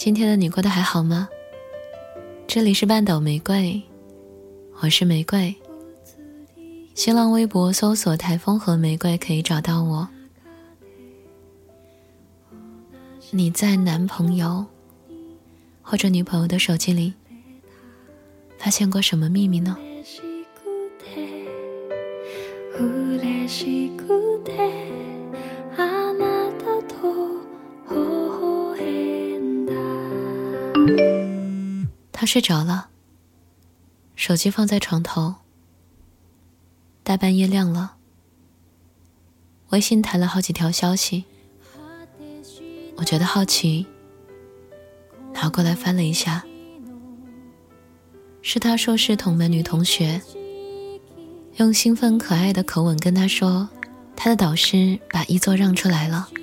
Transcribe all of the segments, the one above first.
今天的你过得还好吗？这里是半岛玫瑰，我是玫瑰。新浪微博搜索台风和玫瑰可以找到我。你在男朋友或者女朋友的手机里发现过什么秘密呢？他睡着了，手机放在床头，大半夜亮了，微信弹了好几条消息，我觉得好奇，拿过来翻了一下，是他硕士同班女同学，用兴奋可爱的口吻跟他说，他的导师把一座让出来了。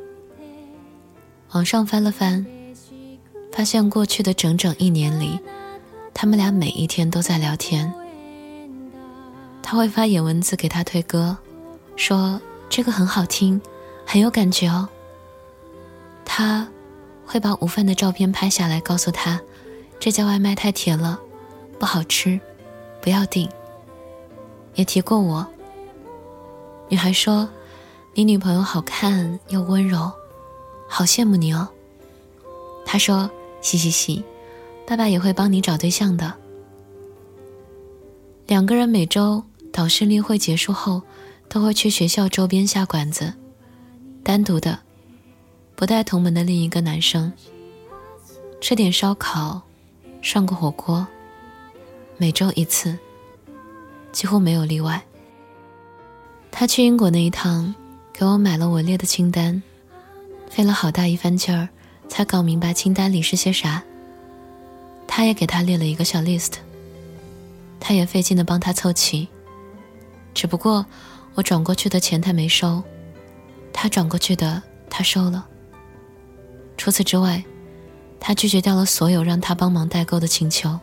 往上翻了翻，发现过去的整整1年里，他们俩每一天都在聊天。他会发言文字给他推歌，说这个很好听，很有感觉哦。他会把午饭的照片拍下来，告诉他这家外卖太甜了，不好吃，不要订。也提过我。女孩说，你女朋友好看又温柔，好羡慕你哦。他说，嘻嘻嘻，爸爸也会帮你找对象的。2个人每周导师例会结束后都会去学校周边下馆子，单独的，不带同门的另一个男生，吃点烧烤，涮个火锅，每周1次，几乎没有例外。他去英国那一趟给我买了我列的清单，费了好大一番劲儿才搞明白清单里是些啥。他也给他列了一个小 list， 他也费劲地帮他凑齐，只不过我转过去的钱他没收，他转过去的他收了。除此之外，他拒绝掉了所有让他帮忙代购的请求。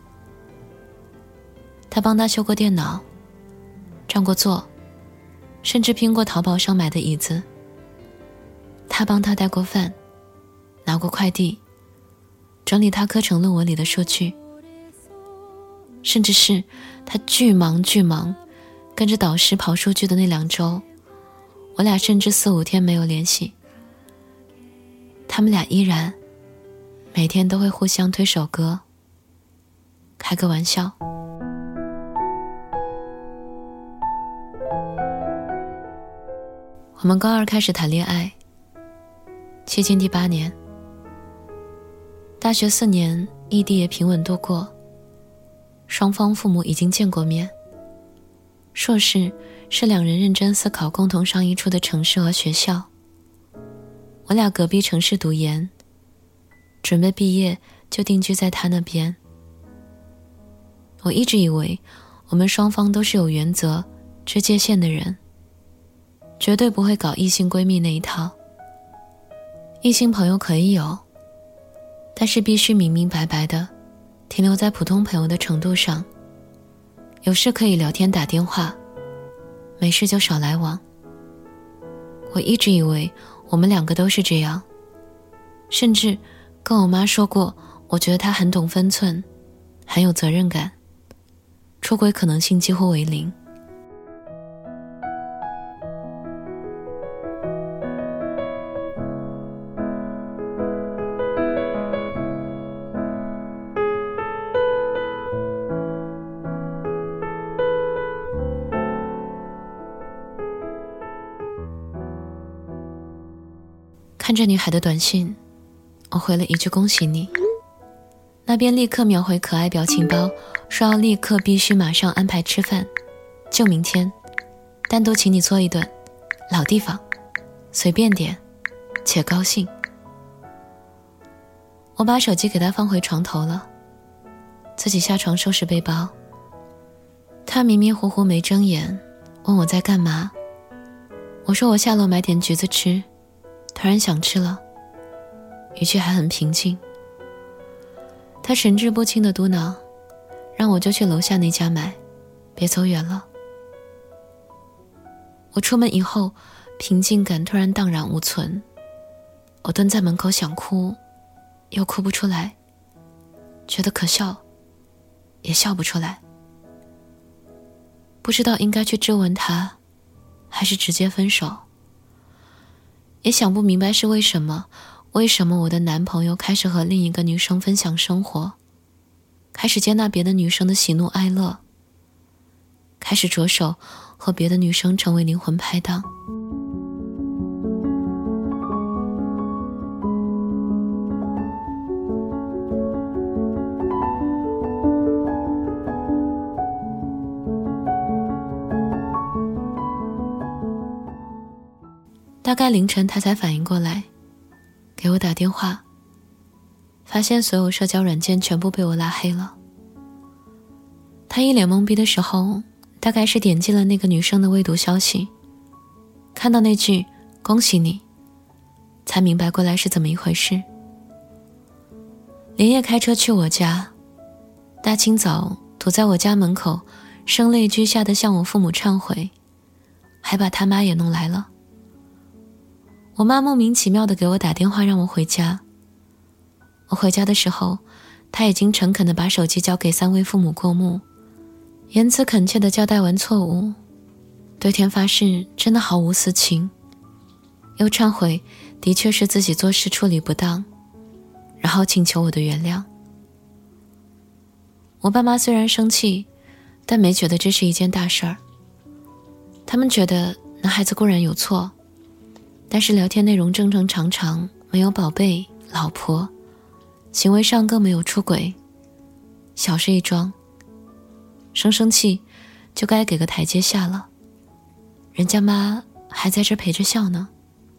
他帮他修过电脑，占过座，甚至拼过淘宝上买的椅子。他帮他带过饭，拿过快递，整理他课程论文里的数据。甚至是他巨忙，跟着导师跑数据的那2周，我俩甚至4-5天没有联系。他们俩依然每天都会互相推首歌，开个玩笑。我们高2开始谈恋爱，迄今第8年。大学4年异地也平稳度过，双方父母已经见过面。硕士是2人认真思考共同商议出的城市和学校，我俩隔壁城市读研，准备毕业就定居在他那边。我一直以为我们双方都是有原则、知界限的人，绝对不会搞异性闺蜜那一套。异性朋友可以有，但是必须明明白白的停留在普通朋友的程度上，有事可以聊天打电话，没事就少来往。我一直以为我们2个都是这样，甚至跟我妈说过，我觉得她很懂分寸，很有责任感，出轨可能性几乎为0。看着女孩的短信，我回了一句恭喜你。那边立刻秒回可爱表情包，说要立刻必须马上安排吃饭，就明天，单独请你做一顿，老地方，随便点，且高兴。我把手机给他放回床头了，自己下床收拾背包。他迷迷糊糊没睁眼，问我在干嘛。我说我下楼买点橘子吃，突然想吃了，语气还很平静。他神志不清的嘟囔，让我就去楼下那家买，别走远了。我出门以后，平静感突然荡然无存，我蹲在门口想哭， 又哭不出来，觉得可笑也笑不出来，不知道应该去质问他还是直接分手，也想不明白是为什么我的男朋友开始和另一个女生分享生活，开始接纳别的女生的喜怒哀乐，开始着手和别的女生成为灵魂拍档。大概凌晨他才反应过来，给我打电话，发现所有社交软件全部被我拉黑了。他一脸懵逼的时候，大概是点击了那个女生的未读消息，看到那句恭喜你，才明白过来是怎么一回事。连夜开车去我家，大清早堵在我家门口，声泪俱下的向我父母忏悔，还把他妈也弄来了。我妈莫名其妙地给我打电话让我回家。我回家的时候，她已经诚恳地把手机交给3位父母过目，言辞恳切地交代完错误，对天发誓真的毫无私情，又忏悔的确是自己做事处理不当，然后请求我的原谅。我爸妈虽然生气，但没觉得这是一件大事儿。他们觉得男孩子固然有错，但是聊天内容正正常常，没有宝贝、老婆，行为上更没有出轨，小事一桩，生气就该给个台阶下了，人家妈还在这陪着笑呢。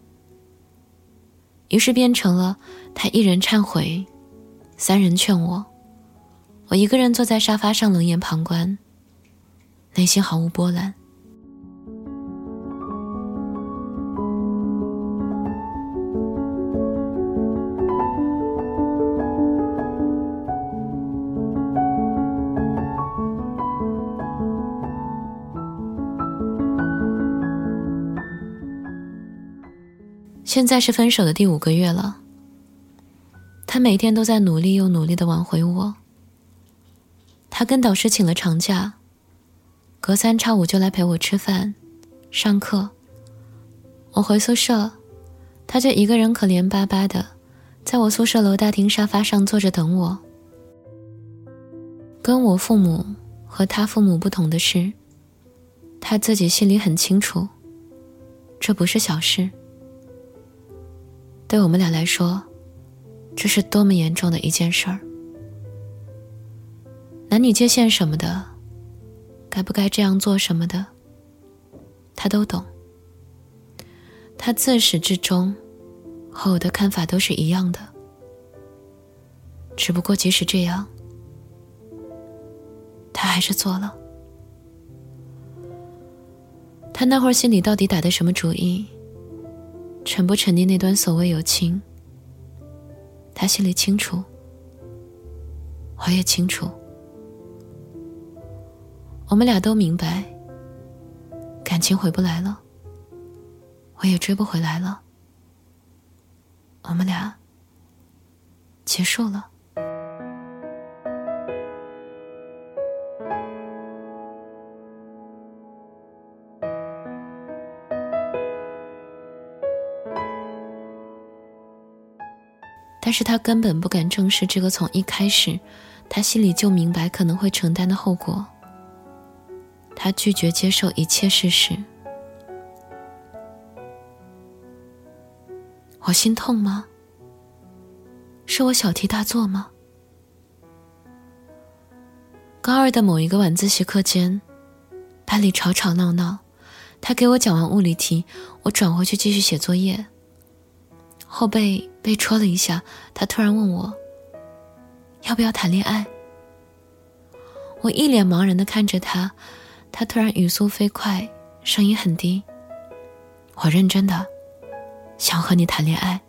于是变成了他一人忏悔，3人劝我，我一个人坐在沙发上冷眼旁观，内心毫无波澜。现在是分手的第5个月了，他每天都在努力又努力地挽回我。他跟导师请了长假，隔3差5就来陪我吃饭、上课。我回宿舍，他就一个人可怜巴巴的在我宿舍楼大厅沙发上坐着等我。跟我父母和他父母不同的是，他自己心里很清楚，这不是小事。对我们俩来说，这是多么严重的一件事儿。男女界限什么的，该不该这样做什么的，他都懂。他自始至终和我的看法都是一样的，只不过即使这样，他还是做了。他那会儿心里到底打的什么主意，沉不沉溺那段所谓友情，他心里清楚，我也清楚。我们俩都明白，感情回不来了，我也追不回来了，我们俩结束了。但是他根本不敢正视这个从一开始他心里就明白可能会承担的后果。他拒绝接受一切事实。我心痛吗？是我小题大做吗？高2的某一个晚自习课间，班里吵吵闹闹，他给我讲完物理题，我转回去继续写作业。后背被戳了一下，他突然问我要不要谈恋爱。我一脸茫然地看着他，他突然语速飞快，声音很低，我认真的想和你谈恋爱。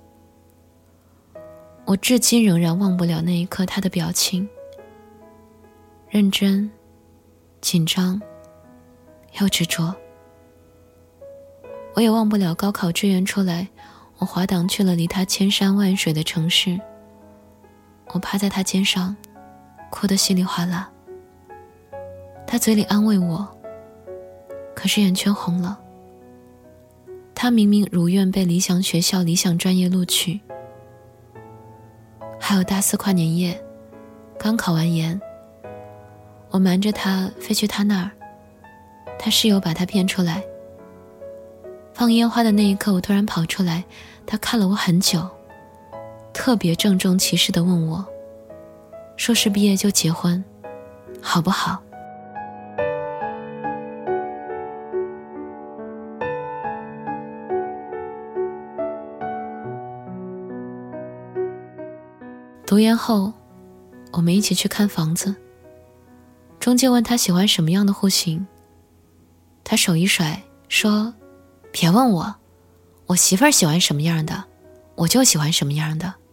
我至今仍然忘不了那一刻他的表情，认真、紧张又执着。我也忘不了高考志愿出来，我滑档去了离他千山万水的城市， 我趴在他肩上，哭得稀里哗啦。他嘴里安慰我，可是眼圈红了。他明明如愿被理想学校理想专业录取，还有大4跨年夜刚考完研，我瞒着他飞去他那儿，他室友把他骗出来。放烟花的那一刻，我突然跑出来，他看了我很久，特别郑重其事地问我，硕士毕业就结婚好不好？读研后，我们一起去看房子。中介问他喜欢什么样的户型，他手一甩说，别问我，我媳妇儿喜欢什么样的，我就喜欢什么样的。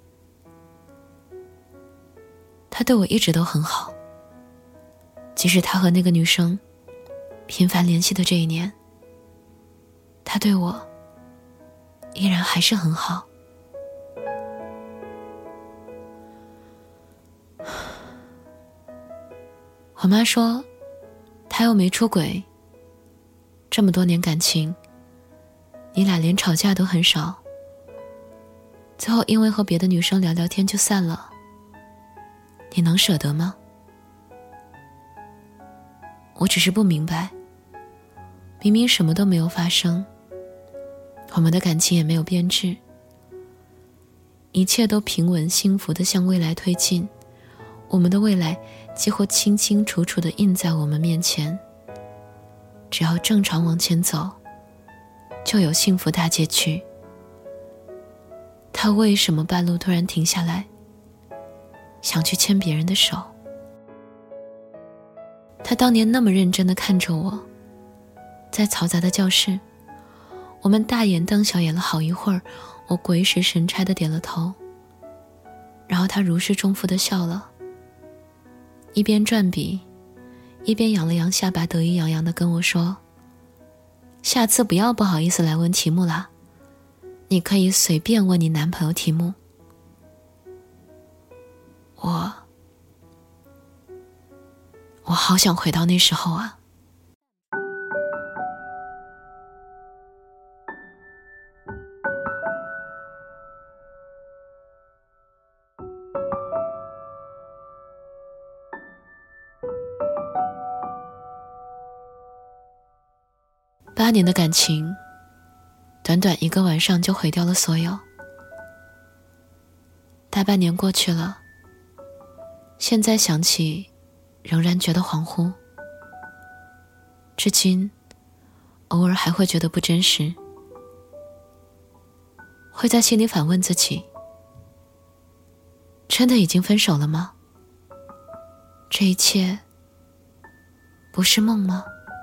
他对我一直都很好，即使他和那个女生频繁联系的这一年，他对我依然还是很好。我妈说，他又没出轨，这么多年感情，你俩连吵架都很少，最后因为和别的女生聊聊天就散了，你能舍得吗？我只是不明白，明明什么都没有发生，我们的感情也没有变质，一切都平稳幸福地向未来推进，我们的未来几乎清清楚楚地印在我们面前，只要正常往前走，就有幸福大结局。他为什么半路突然停下来，想去牵别人的手？他当年那么认真地看着我，在嘈杂的教室，我们大眼瞪小眼了好一会儿，我鬼使神差地点了头，然后他如释重负地笑了，一边转笔，一边扬了扬下巴，得意洋洋地跟我说，下次不要不好意思来问题目啦，你可以随便问你男朋友题目。我好想回到那时候啊。8年的感情，短短1个晚上就毁掉了所有。大半年过去了，现在想起仍然觉得恍惚，至今偶尔还会觉得不真实，会在心里反问自己，真的已经分手了吗？这一切不是梦吗？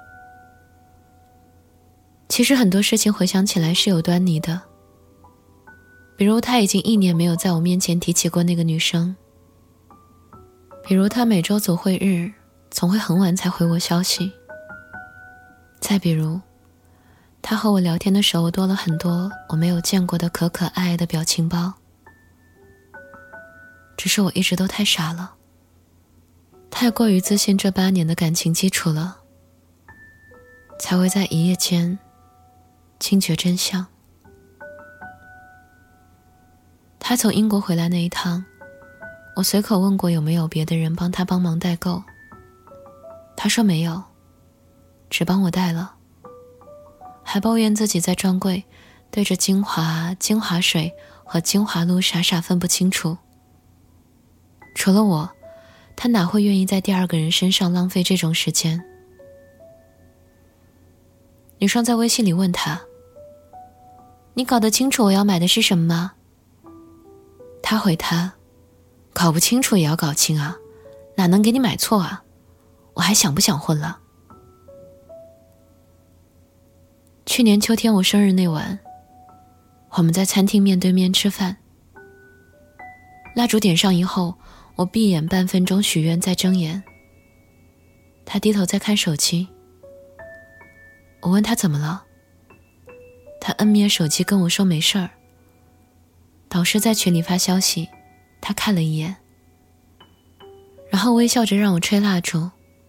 其实很多事情回想起来是有端倪的，比如他已经1年没有在我面前提起过那个女生，比如他每周组会日总会很晚才回我消息，再比如他和我聊天的时候多了很多我没有见过的可可爱爱的表情包。只是我一直都太傻了，太过于自信这8年的感情基础了，才会在一夜间惊觉真相。他从英国回来那一趟，我随口问过有没有别的人帮他帮忙代购，他说没有，只帮我带了，还抱怨自己在专柜对着精华水和精华露傻傻分不清楚。除了我，他哪会愿意在第2个人身上浪费这种时间？女生在微信里问他，你搞得清楚我要买的是什么吗？他回他，搞不清楚也要搞清啊，哪能给你买错啊，我还想不想混了。去年秋天我生日那晚，我们在餐厅面对面吃饭，蜡烛点上以后，我闭眼半分钟许愿再睁眼，他低头在看手机。我问他怎么了，他摁灭手机跟我说没事儿。导师在群里发消息，他看了一眼， 然后微笑着让我吹蜡烛。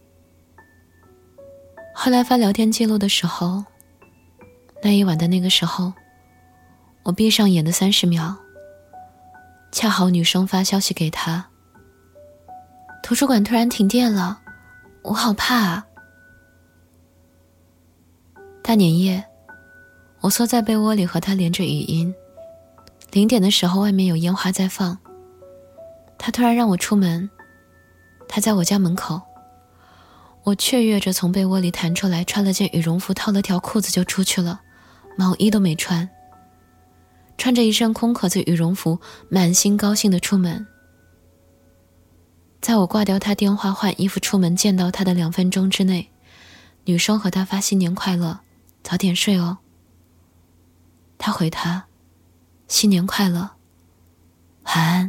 后来翻聊天记录的时候，那一晚的那个时候，我闭上眼的30秒，恰好女生发消息给他，图书馆突然停电了，我好怕啊。大年夜，我缩在被窝里和他连着语音，0点的时候外面有烟花在放，他突然让我出门，他在我家门口，我雀跃着从被窝里弹出来，穿了件羽绒服，套了条裤子就出去了，毛衣都没穿，穿着一身空壳子羽绒服，满心高兴地出门。在我挂掉他电话换衣服出门见到他的2分钟之内，女生和他发新年快乐，早点睡哦。他回他，新年快乐，晚安。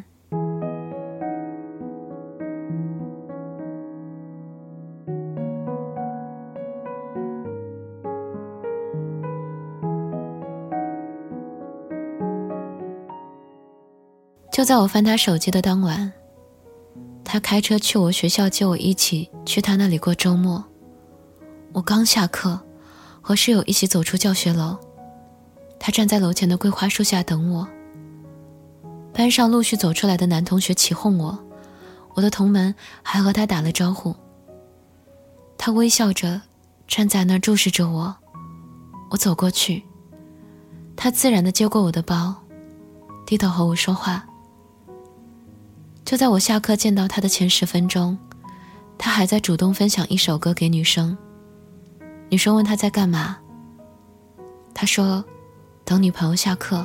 就在我翻他手机的当晚，他开车去我学校接我一起去他那里过周末。我刚下课，和室友一起走出教学楼，他站在楼前的桂花树下等我。班上陆续走出来的男同学起哄我，我的同门还和他打了招呼。他微笑着站在那儿注视着我，我走过去，他自然地接过我的包，低头和我说话。就在我下课见到他的前10分钟，他还在主动分享一首歌给女生。女生问他在干嘛，他说等女朋友下课。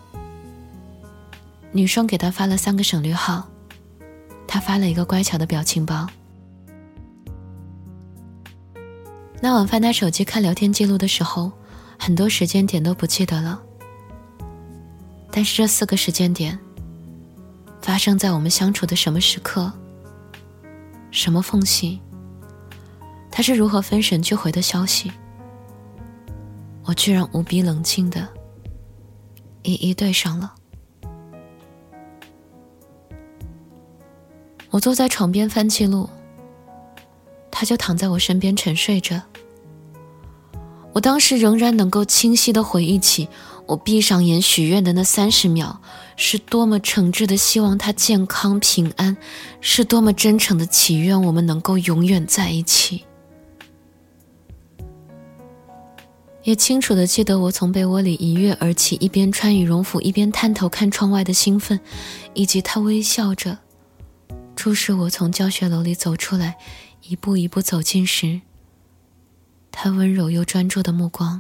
女生给他发了3个省略号，他发了一个乖巧的表情包。那晚翻他手机看聊天记录的时候，很多时间点都不记得了，但是这4个时间点发生在我们相处的什么时刻，什么缝隙，他是如何分神去回的消息，我居然无比冷静地一一对上了。我坐在床边翻记录，他就躺在我身边沉睡着。我当时仍然能够清晰地回忆起我闭上眼许愿的那30秒，是多么诚挚地希望他健康平安，是多么真诚的祈愿我们能够永远在一起。也清楚地记得我从被窝里一跃而起，一边穿羽绒服一边探头看窗外的兴奋，以及他微笑着注视我从教学楼里走出来，一步一步走近时，他温柔又专注的目光。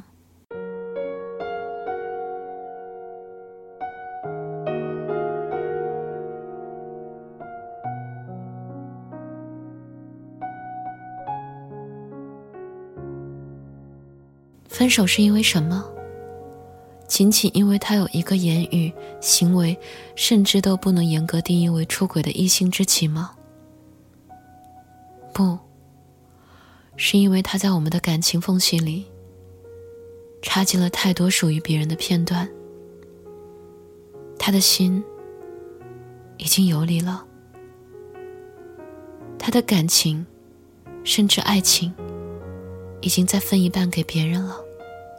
分手是因为什么？仅仅因为他有一个言语、行为，甚至都不能严格定义为出轨的异性知己吗？不，是因为他在我们的感情缝隙里插进了太多属于别人的片段，他的心已经游离了，他的感情甚至爱情已经再分一半给别人了。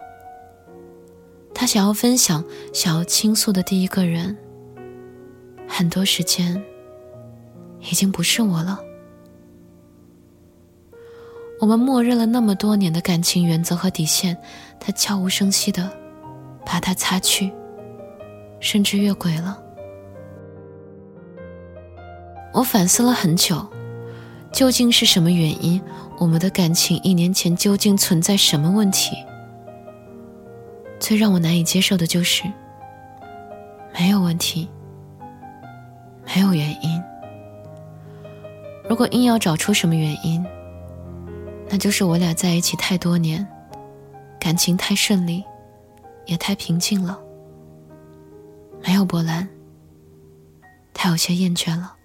他想要分享、想要倾诉的第一个人，很多时间已经不是我了。我们默认了那么多年的感情原则和底线，他悄无声息地把它擦去，甚至越轨了。我反思了很久，究竟是什么原因？我们的感情1年前究竟存在什么问题？最让我难以接受的就是没有问题，没有原因。如果硬要找出什么原因，那就是我俩在一起太多年，感情太顺利，也太平静了，没有波澜，他有些厌倦了。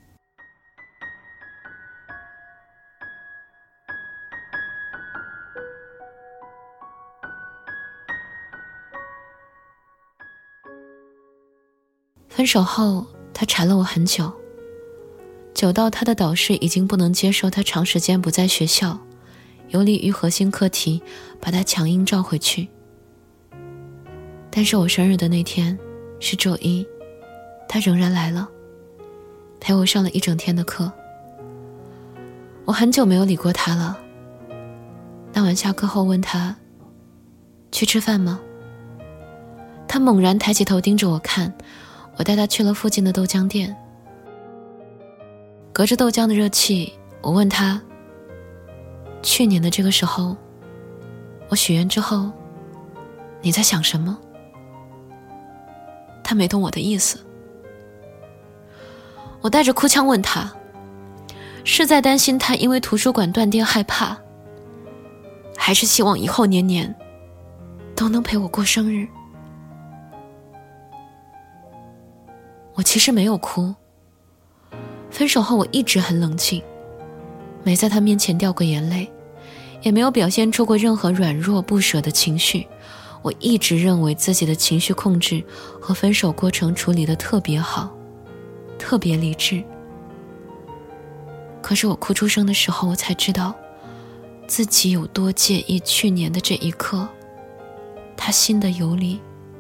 分手后，他缠了我很久， 久到他的导师已经不能接受他长时间不在学校，游离于核心课题，把他强硬召回去。但是我生日的那天是周一，他仍然来了，陪我上了一整天的课。我很久没有理过他了。那晚下课后问他，去吃饭吗？他猛然抬起头盯着我看，我带他去了附近的豆浆店。隔着豆浆的热气，我问他，去年的这个时候，我许愿之后，你在想什么？他没懂我的意思。我带着哭腔问他，是在担心他因为图书馆断电害怕，还是希望以后年年都能陪我过生日？我其实没有哭。分手后我一直很冷静，没在他面前掉过眼泪，也没有表现出过任何软弱不舍的情绪。我一直认为自己的情绪控制和分手过程处理得特别好，特别理智。可是我哭出声的时候，我才知道自己有多介意去年的这一刻他心的游离。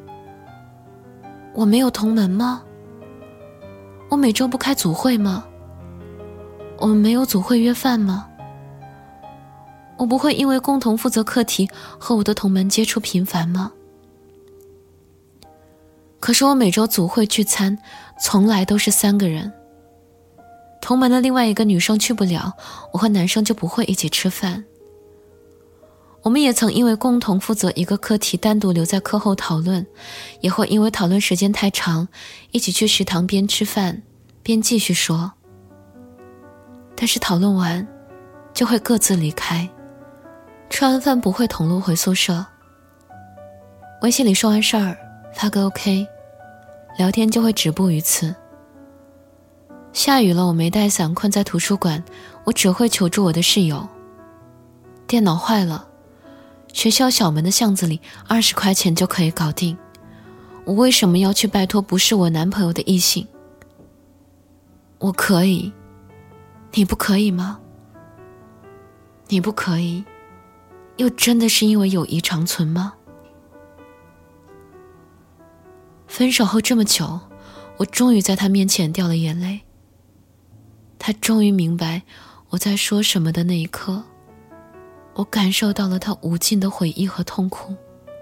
我没有同门吗？我每周不开组会吗？我们没有组会约饭吗？我不会因为共同负责课题和我的同门接触频繁吗？可是我每周组会聚餐从来都是3个人，同门的另外一个女生去不了，我和男生就不会一起吃饭。我们也曾因为共同负责一个课题单独留在课后讨论，也会因为讨论时间太长，一起去食堂边吃饭边继续说。但是讨论完就会各自离开，吃完饭不会同路回宿舍。微信里说完事儿发个 OK， 聊天就会止步于此。下雨了，我没带伞，困在图书馆，我只会求助我的室友。电脑坏了，学校小门的巷子里20块钱就可以搞定，我为什么要去拜托不是我男朋友的异性？我可以，你不可以吗？你不可以，又真的是因为友谊长存吗？分手后这么久，我终于在他面前掉了眼泪。他终于明白我在说什么的那一刻，我感受到了他无尽的悔意和痛苦。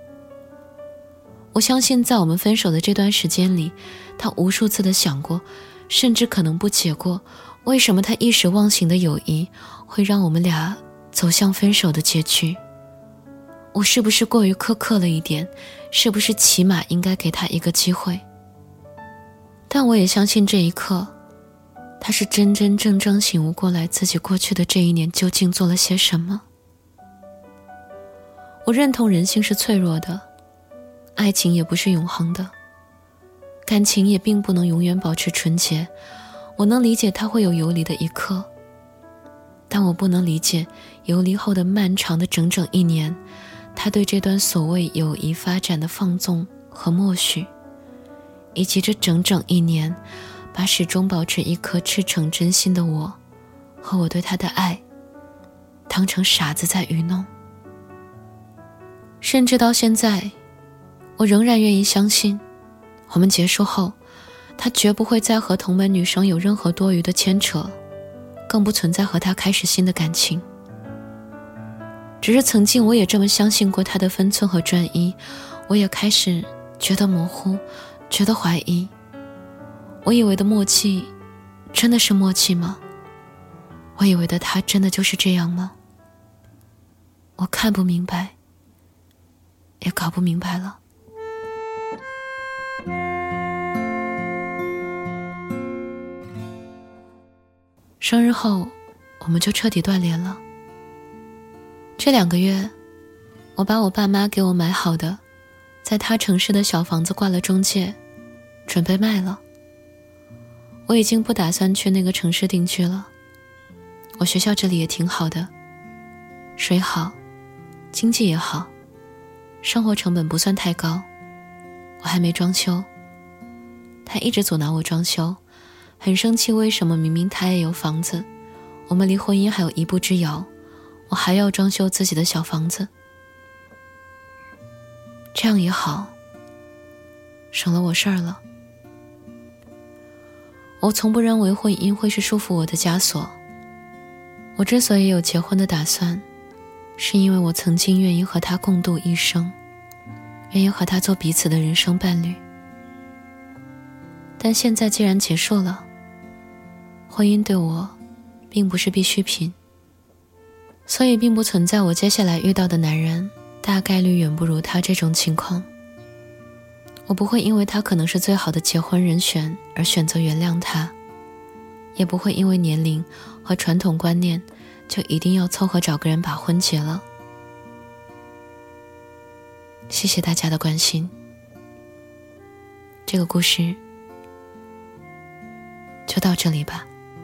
我相信在我们分手的这段时间里，他无数次的想过，甚至可能不解过，为什么他一时忘形的友谊会让我们俩走向分手的结局。我是不是过于苛刻了一点？是不是起码应该给他一个机会？但我也相信这一刻，他是真真正正醒悟过来自己过去的这一年究竟做了些什么。我认同人性是脆弱的，爱情也不是永恒的，感情也并不能永远保持纯洁。我能理解他会有游离的一刻，但我不能理解游离后的漫长的整整1年，他对这段所谓友谊发展的放纵和默许，以及这整整1年把始终保持一颗赤诚真心的我和我对他的爱当成傻子在愚弄。甚至到现在，我仍然愿意相信，我们结束后，他绝不会再和同门女生有任何多余的牵扯，更不存在和他开始新的感情。只是曾经我也这么相信过他的分寸和专一，我也开始觉得模糊，觉得怀疑。我以为的默契真的是默契吗？我以为的他真的就是这样吗？我看不明白，也搞不明白了。生日后我们就彻底断联了。这2个月，我把我爸妈给我买好的在他城市的小房子挂了中介，准备卖了。我已经不打算去那个城市定居了。我学校这里也挺好的，水好，经济也好，生活成本不算太高。我还没装修，他一直阻挠我装修， 很生气，为什么明明他也有房子，我们离婚姻还有一步之遥，我还要装修自己的小房子。这样也好，省了我事儿了。我从不认为婚姻会是束缚我的枷锁。我之所以有结婚的打算，是因为我曾经愿意和他共度一生，愿意和他做彼此的人生伴侣。但现在既然结束了，婚姻对我并不是必需品，所以并不存在我接下来遇到的男人大概率远不如他这种情况。我不会因为他可能是最好的结婚人选而选择原谅他，也不会因为年龄和传统观念就一定要凑合找个人把婚结了。谢谢大家的关心，这个故事就到这里吧。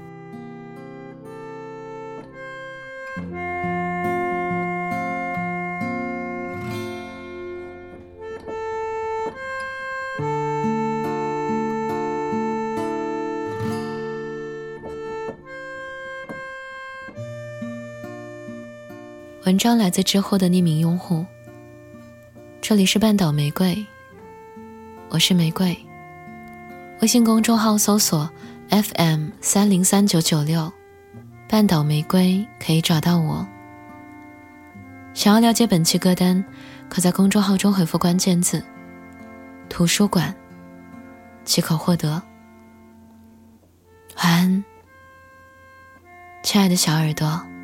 文章来自知乎的匿名用户，这里是半岛玫瑰，我是玫瑰。微信公众号搜索 FM303996 半岛玫瑰可以找到我。想要了解本期歌单，可在公众号中回复关键字图书馆即可获得。晚安，亲爱的小耳朵。